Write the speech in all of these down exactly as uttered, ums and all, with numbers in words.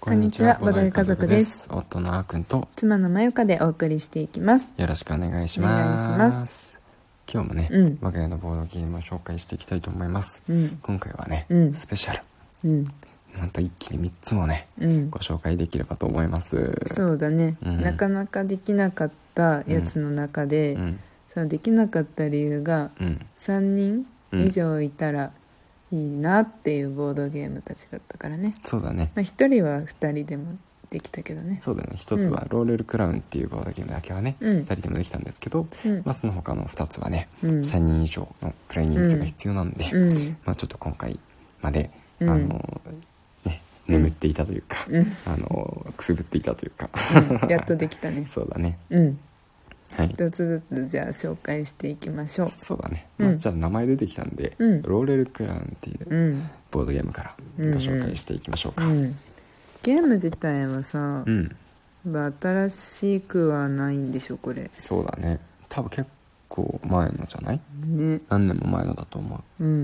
こんにちは、ボドゲ家族です。 夫のあーくんと妻のまゆかでお送りしていきます。 よろしくお願いします。 お願いします。 今日もね、うん、我が家のボードゲームを紹介していきたいと思います、うん、今回はね、うん、スペシャル、うん、なんと一気にみっつもね、うん、ご紹介できればと思います。 そうだね、うん、なかなかできなかったやつの中で、うん、そのできなかった理由が、うん、さんにん以上いたらいいなっていうボードゲームたちだったからね。 そうだね、 まあ、ひとりはふたりでもできたけどね。 そうだね、ひとつはローレルクラウンっていうボードゲームだけはね、うん、ふたりでもできたんですけど、うん、まあ、その他のふたつはね、うん、さんにん以上のプレイ人数が必要なんで、うん、まあ、ちょっと今回まで、うん、あのね、眠っていたというか、うん、あのくすぶっていたというか、 うん、やっとできたね。 そうだね、 うん、はい、一つずつじゃあ紹介していきましょう。 そうだね、まあ、じゃあ名前出てきたんで、うん、ローレルクラウンっていうボードゲームからご紹介していきましょうか、うんうん、 ゲーム自体はさ、うん、新しくはないんでしょこれ。 そうだね、多分結構前のじゃない、ね、何年も前のだと思う。うんうんうん、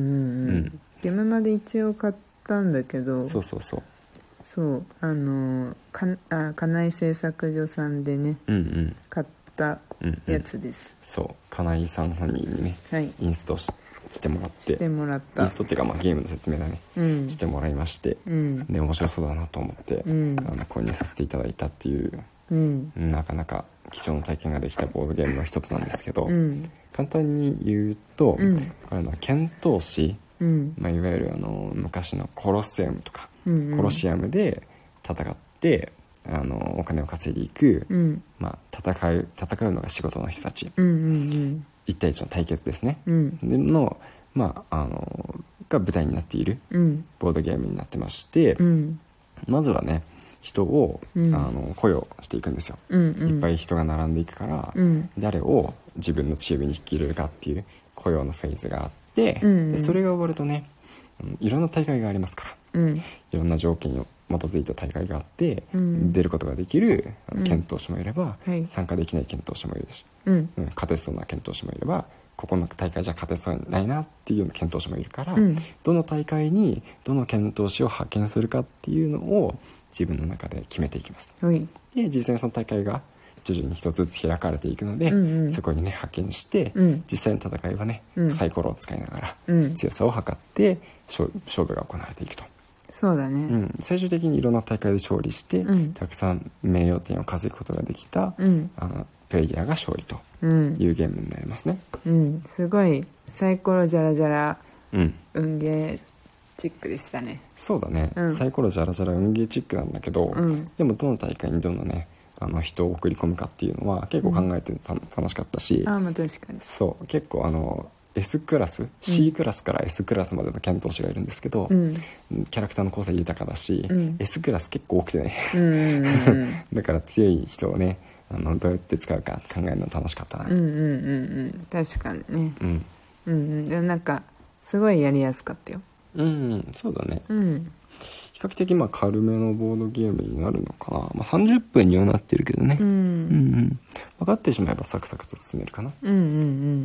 うん、ゲームまで一応買ったんだけど、 そうそうそうそうあのかあ金井製作所さんでね、うんうん、買ったやつです、 うんうん、そう金井さん本人にね、はい、インストししてもらってしてもらったインストっていうか、まあ、ゲームの説明だね、うん、してもらいまして、うん、で面白そうだなと思って、うん、あの購入させていただいたっていう、うん、なかなか貴重な体験ができたボードゲームの一つなんですけど、うん、簡単に言うと、うん、これの剣闘士、うんまあ、いわゆるあの昔のコロッセウムとか、うんうん、コロシアムで戦ってあのお金を稼いでいく、うんまあ、戦う戦うのが仕事の人たち、うんうんうん、いち対いちの対決ですね、うん、での、まあ、あのが舞台になっているボードゲームになってまして、うん、まずはね人を、うん、あの雇用していくんですよ、うんうん、いっぱい人が並んでいくから、うん、誰を自分のチームに引き入れるかっていう雇用のフェーズがあって、うんうん、でそれが終わるとねいろんな大会がありますから、うん、いろんな条件を基づいた大会があって、うん、出ることができる剣闘士もいれば、うん、参加できない剣闘士もいるし、うんうん、勝てそうな剣闘士もいればここの大会じゃ勝てそうにないなっていうような剣闘士もいるから、うん、どの大会にどの剣闘士を派遣するかっていうのを自分の中で決めていきます、はい、で実際にその大会が徐々に一つずつ開かれていくので、うんうん、そこにね派遣して、うん、実際の戦いはね、うん、サイコロを使いながら、うん、強さを測って勝負が行われていくと。 そうだね、 うん、最終的にいろんな大会で勝利して、うん、たくさん名誉点を稼ぐことができた、うん、あのプレイヤーが勝利というゲームになりますね、 うんうん、すごいサイコロジャラジャラ、うん、運ゲーチックでしたね。 そうだね、うん、サイコロジャラジャラ運ゲーチックなんだけど、うん、でもどの大会にどのねあの人を送り込むかっていうのは結構考えてた、うん、楽しかったし、 あ、まあ確かにそう結構あのS クラス C クラスから S クラスまでの剣闘士がいるんですけど、うん、キャラクターの構成豊かだし、うん、S クラス結構多くてね、うんうんうん、だから強い人をねあのどうやって使うか考えるの楽しかったな。 うんうんうんうん確かにね、うんうんうん、でもなんかすごいやりやすかったよ。 うん、うん、そうだね、うん、比較的まあ軽めのボードゲームになるのかな、まあ、さんじゅっぷんにはなってるけどね、うんうんうん、分かってしまえばサクサクと進めるかな。うんうんうん、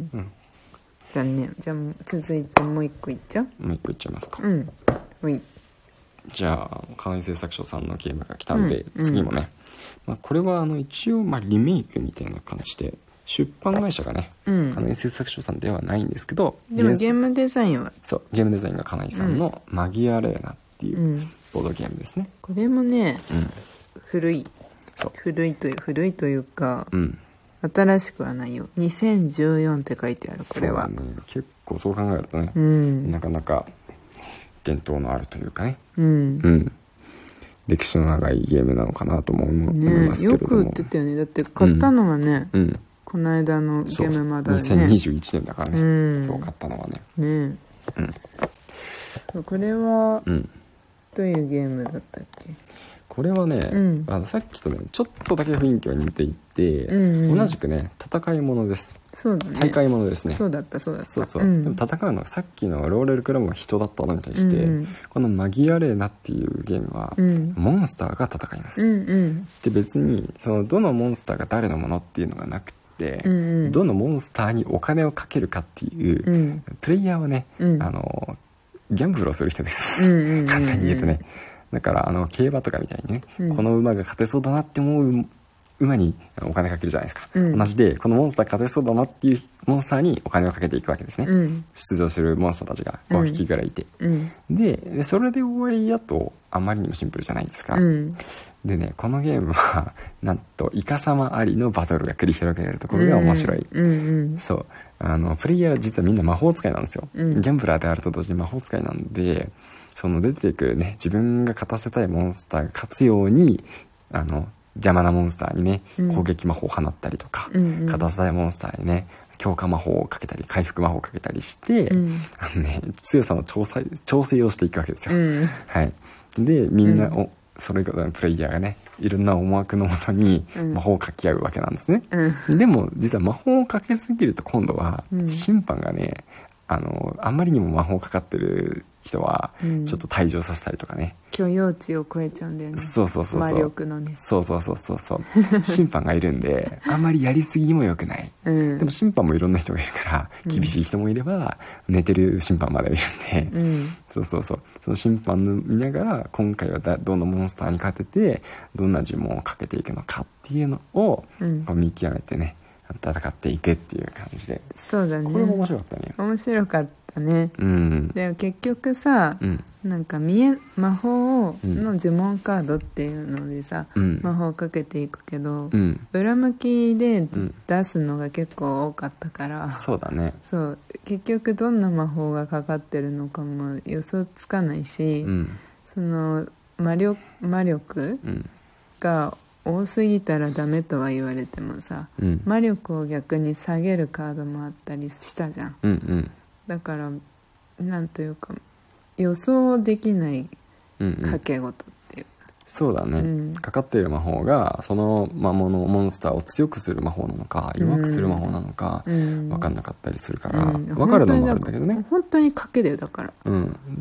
うんだね、じゃあ続いてもう一個いっちゃう。 もう一個いっちゃいますか。 うん。ほい。 じゃあ金井製作所さんのゲームが来たんで、うん、次もね、まあ、これはあの一応まあリメイクみたいな感じで出版会社がね、うん、金井製作所さんではないんですけど、 でもゲームデザインはそうゲームデザインが金井さんのマギアレーナっていうボードゲームですね、 うん、これもね、うん、古いそう古いという古いというか、うん新しくはないよ。にせんじゅうよんって書いてあるこれは。 そうだね、結構そう考えるとね、うん、なかなか伝統のあるというかね、うん、うん、歴史の長いゲームなのかなとも思いますけれども、 ね、よく売ってたよね。だって買ったのはね、うん、この間のゲームまだねにせんにじゅういちねんだからね、うん、そう買ったのはねね、 うん、これは、うん、どういうゲームだったっけ。 これはね、うん、あのさっきとねちょっとだけ雰囲気が似ていて、うんうん、同じくね戦い物です。 そうだね、 大会物ですね。 そうだったそうだったそうそう、うん、でも戦うのはさっきのローレルクラブは人だったのに対して、うんうん、このマギアレーナっていうゲームは、うん、モンスターが戦います、うんうん、で別にそのどのモンスターが誰のものっていうのがなくて、うんうん、どのモンスターにお金をかけるかっていう、うん、プレイヤーはね、うん、あのギャンブルをする人です、うんうんうんうん、簡単に言うとねだからあの競馬とかみたいにね、 うん、この馬が勝てそうだなって思う馬にお金かけるじゃないですか、うん、同じでこのモンスター勝てそうだなっていうモンスターにお金をかけていくわけですね、うん、出場するモンスターたちがごひきぐらいいて、うん、でそれで終わりだとあまりにもシンプルじゃないですか、うん、でねこのゲームはなんとイカ様ありのバトルが繰り広げられるところが面白い、うんうんうん、そうあのプレイヤーは実はみんな魔法使いなんですよ、うん、ギャンブラーであると同時に魔法使いなんでその出てくるね自分が勝たせたいモンスターが勝つようにあの邪魔なモンスターにね攻撃魔法を放ったりとか、うん、勝たせたいモンスターにね強化魔法をかけたり回復魔法をかけたりして、うん、あのね、強さの調整、調整をしていくわけですよ、うん、はい、でみんな、うん、それぞれのプレイヤーがねいろんな思惑のもとに魔法をかけ合うわけなんですね、うん、でも実は魔法をかけすぎると今度は審判がね、あのあんまりにも魔法かかってる人はちょっと退場させたりとかね、 うん、許容値を超えちゃうんだよね。 そうそうそうそう魔力のねそうそうそうそうそう審判がいるんであんまりやりすぎも良くない、うん、でも審判もいろんな人がいるから厳しい人もいれば、うん、寝てる審判までいるんで、うん、そうそうそうその審判の見ながら今回はどのモンスターに勝ててどんな呪文をかけていくのかっていうのを、うん、こう見極めてね戦っていくっていう感じで、 そうだね、 これも面白かったね。 面白かったね、うん、でも結局さ、うん、なんか見え魔法の呪文カードっていうのでさ、うん、魔法をかけていくけど、うん、裏向きで出すのが結構多かったから、うん、そうだね、そう結局どんな魔法がかかってるのかも予想つかないし、うん、その魔力、魔力が多すぎたらダメとは言われてもさ、うん、魔力を逆に下げるカードもあったりしたじゃん、うんうん、だからなんというか予想できない賭け事っていうか、うんうん、 そうだね、うん、かかっている魔法がその魔物モンスターを強くする魔法なのか弱くする魔法なのか分かんなかったりするから、うん、分かるのもあるんだけどね、 本当に賭けだよだから、 うん、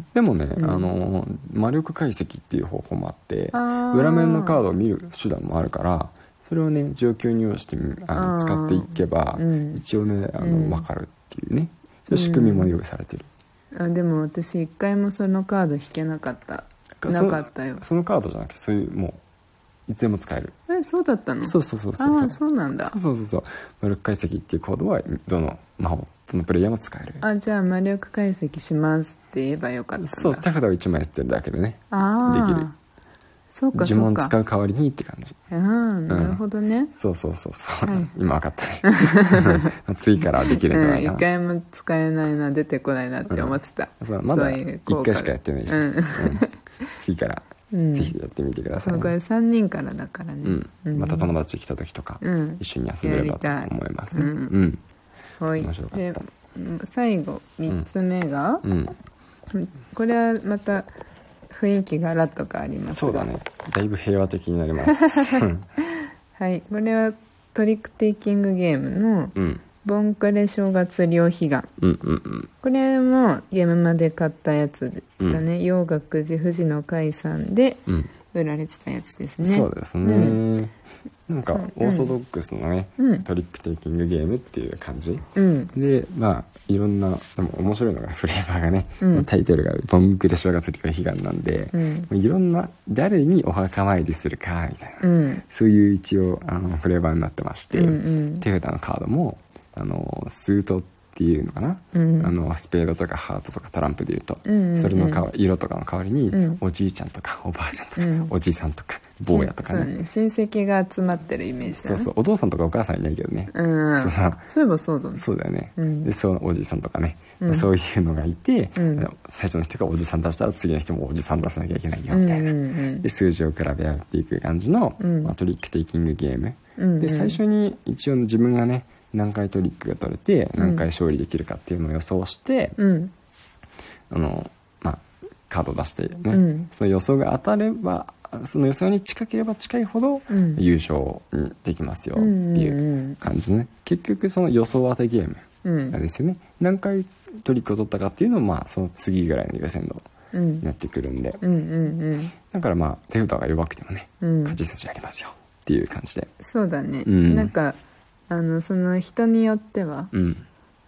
でもね、うん、あの魔力解析っていう方法もあって裏面のカードを見る手段もあるからそれをね状況に応じてあの使っていけば、うん、一応ねあの、うん、分かるっていうね仕組みも用意されてる、 あでも私一回もそのカード引けなかったなかったよ。 そ, そのカードじゃなくてそういうもういつでも使える。 えそうだったの。 そうそうそうそう。 ああそうなんだ。 そうそうそうそう魔力解析っていうコードはどの魔法どのプレイヤーも使える。 あじゃあ魔力解析しますって言えばよかったんだ。 そう手札をいちまい捨てるだけでねあできる。 そうかそうか呪文使う代わりにって感じ。 ああなるほどね、うん、 そうそうそうそう、はい、今分かったね次からできるんじゃないかな、 うん、一回も使えないな出てこないなって思ってた、 うん、そうまだ一回しかやってないし、うんうん、次からぜひやってみてください、ね、 これさんにんからだからね、 うんうん、また友達来た時とか、うん、一緒に遊べればと思いますね、うん、うん、はい、面白かった。 で最後みっつめが、うんうん、これはまた雰囲気がガラッと変わりますが、 そうだねだいぶ平和的になりますはいこれはトリックテイキングゲームの、うんボンクレ正月両悲願、うんうんうん、これもゲームまで買ったやつだね、うん、洋楽寺藤野海さんで売られてたやつですね、うん、 そうですね、うん、なんかオーソドックスのね、うん、トリックテイキングゲームっていう感じ、うん、でまあいろんなでも面白いのがフレーバーがね、うん、タイトルがボンクレ正月両悲願なんで、うん、いろんな誰にお墓参りするかみたいな、うん、そういう一応あのフレーバーになってまして、うんうん、手札のカードもあのスートっていうのかな、うん、あのスペードとかハートとかトランプでいうと、うんうんうん、それのか色とかの代わりに、うん、おじいちゃんとかおばあちゃんとか、うん、おじさんとか坊やとか ね, ね親戚が集まってるイメージだね。 そうそうお父さんとかお母さんいないけどね、 うん、そうそうそういえばそうだねそうだよね、うん、でそうおじいさんとかね、うん、そういうのがいて、うん、最初の人がおじさん出したら次の人もおじさん出さなきゃいけないよみたいな、うんうんうん、で数字を比べ合っていく感じの、うんまあ、トリックテイキングゲーム、うんうん、で最初に一応自分がね何回トリックが取れて何回勝利できるかっていうのを予想して、うん、あのまあカードを出してね、うん、その予想が当たればその予想に近ければ近いほど優勝にできますよっていう感じね、結局その予想当てゲームなんですよね、うん、何回トリックを取ったかっていうのはまあその次ぐらいの予選度になってくるんで、うんうんうんうん、だからまあ手札が弱くてもね、うん、勝ち筋ありますよっていう感じで。 そうだね、うん、なんかあのその人によっては、うん、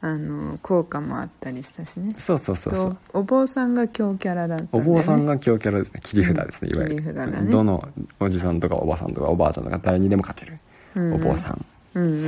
あの効果もあったりしたしね。 そうそうそうそう。 お坊さんが強キャラだったんだよね。 お坊さんが強キャラですね。切り札ですね、うん、いわゆる切り札だね。 どのおじさんとかおばさんとかおばあちゃんとか誰にでも勝てる、うん、お坊さん。 うんうんうん、うん、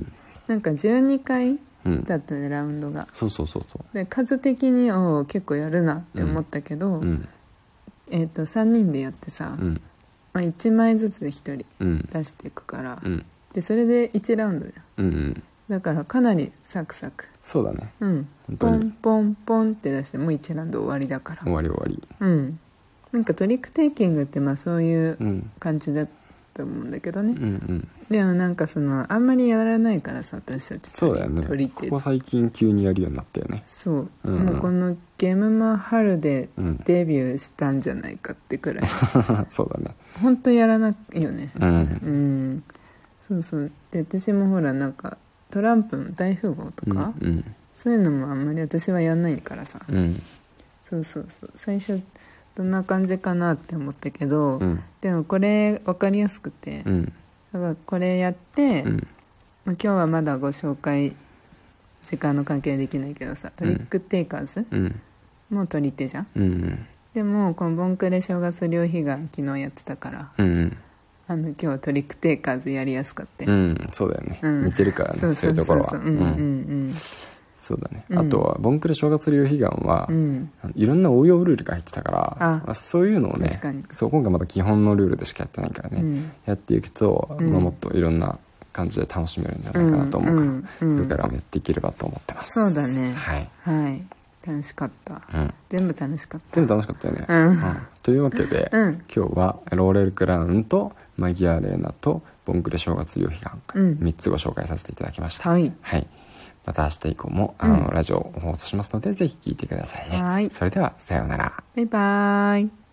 なんかじゅうにかいだったね、うん、ラウンドが。そうそうそうそう。で数的にお結構やるなって思ったけど、うん、えー、とさんにんでやってさ、うんまあ、いちまいずつでひとり出していくから、うん、でそれでいちラウンドじゃん、うんうん、だからかなりサクサク。 そうだね、 うん、ポンポンポンって出してもういちラウンド終わりだから。 終わり終わり。 うん、なんかトリックテイキングってまあそういう感じだと思うんだけどね、うんうん、でもなんかそのあんまりやらないからさ私たち。 そうだよね、ここ最近急にやるようになったよね。 そう、うんうん、もうこのゲームマ春でデビューしたんじゃないかってくらい、 うん、そうだね、 本当やらないよね、うん、うん、そうそうで私もほらなんかトランプの大富豪とか、うんうん、そういうのもあんまり私はやんないからさ、うん、そうそうそう最初どんな感じかなって思ったけど、うん、でもこれ分かりやすくて、うん、だからこれやって、うん、今日はまだご紹介時間の関係できないけどさトリックテイカーズ、うん、もう取り手じゃん、うん、でもこのボンクレ正月両悲願昨日やってたから、うん、あの今日はトリックテイカーズやりやすかった、 うん、そうだよね、うん、似てるからね、そういうところは。うんうんうん、そうだね、うん、あとはボンクレ正月両悲願は、うん、いろんな応用ルールが入ってたから、あ、まあ、そういうのをねそう今回また基本のルールでしかやってないからね、うん、やっていくと、うんまあ、もっといろんな感じで楽しめるんじゃないかなと思うから、うんうん、これからもやっていければと思ってます。 そうだね、 はい、 はい、楽しかった、うん、全部楽しかった全部楽しかったよね、うんうん、というわけで、うん、今日はローレルクラウンとマギアレーナとボンクレ正月両悲願、うん、みっつご紹介させていただきました。はい、はい、また明日以降もあの、うん、ラジオを放送しますのでぜひ聞いてくださいね。はい、それではさようなら。 バイバイ。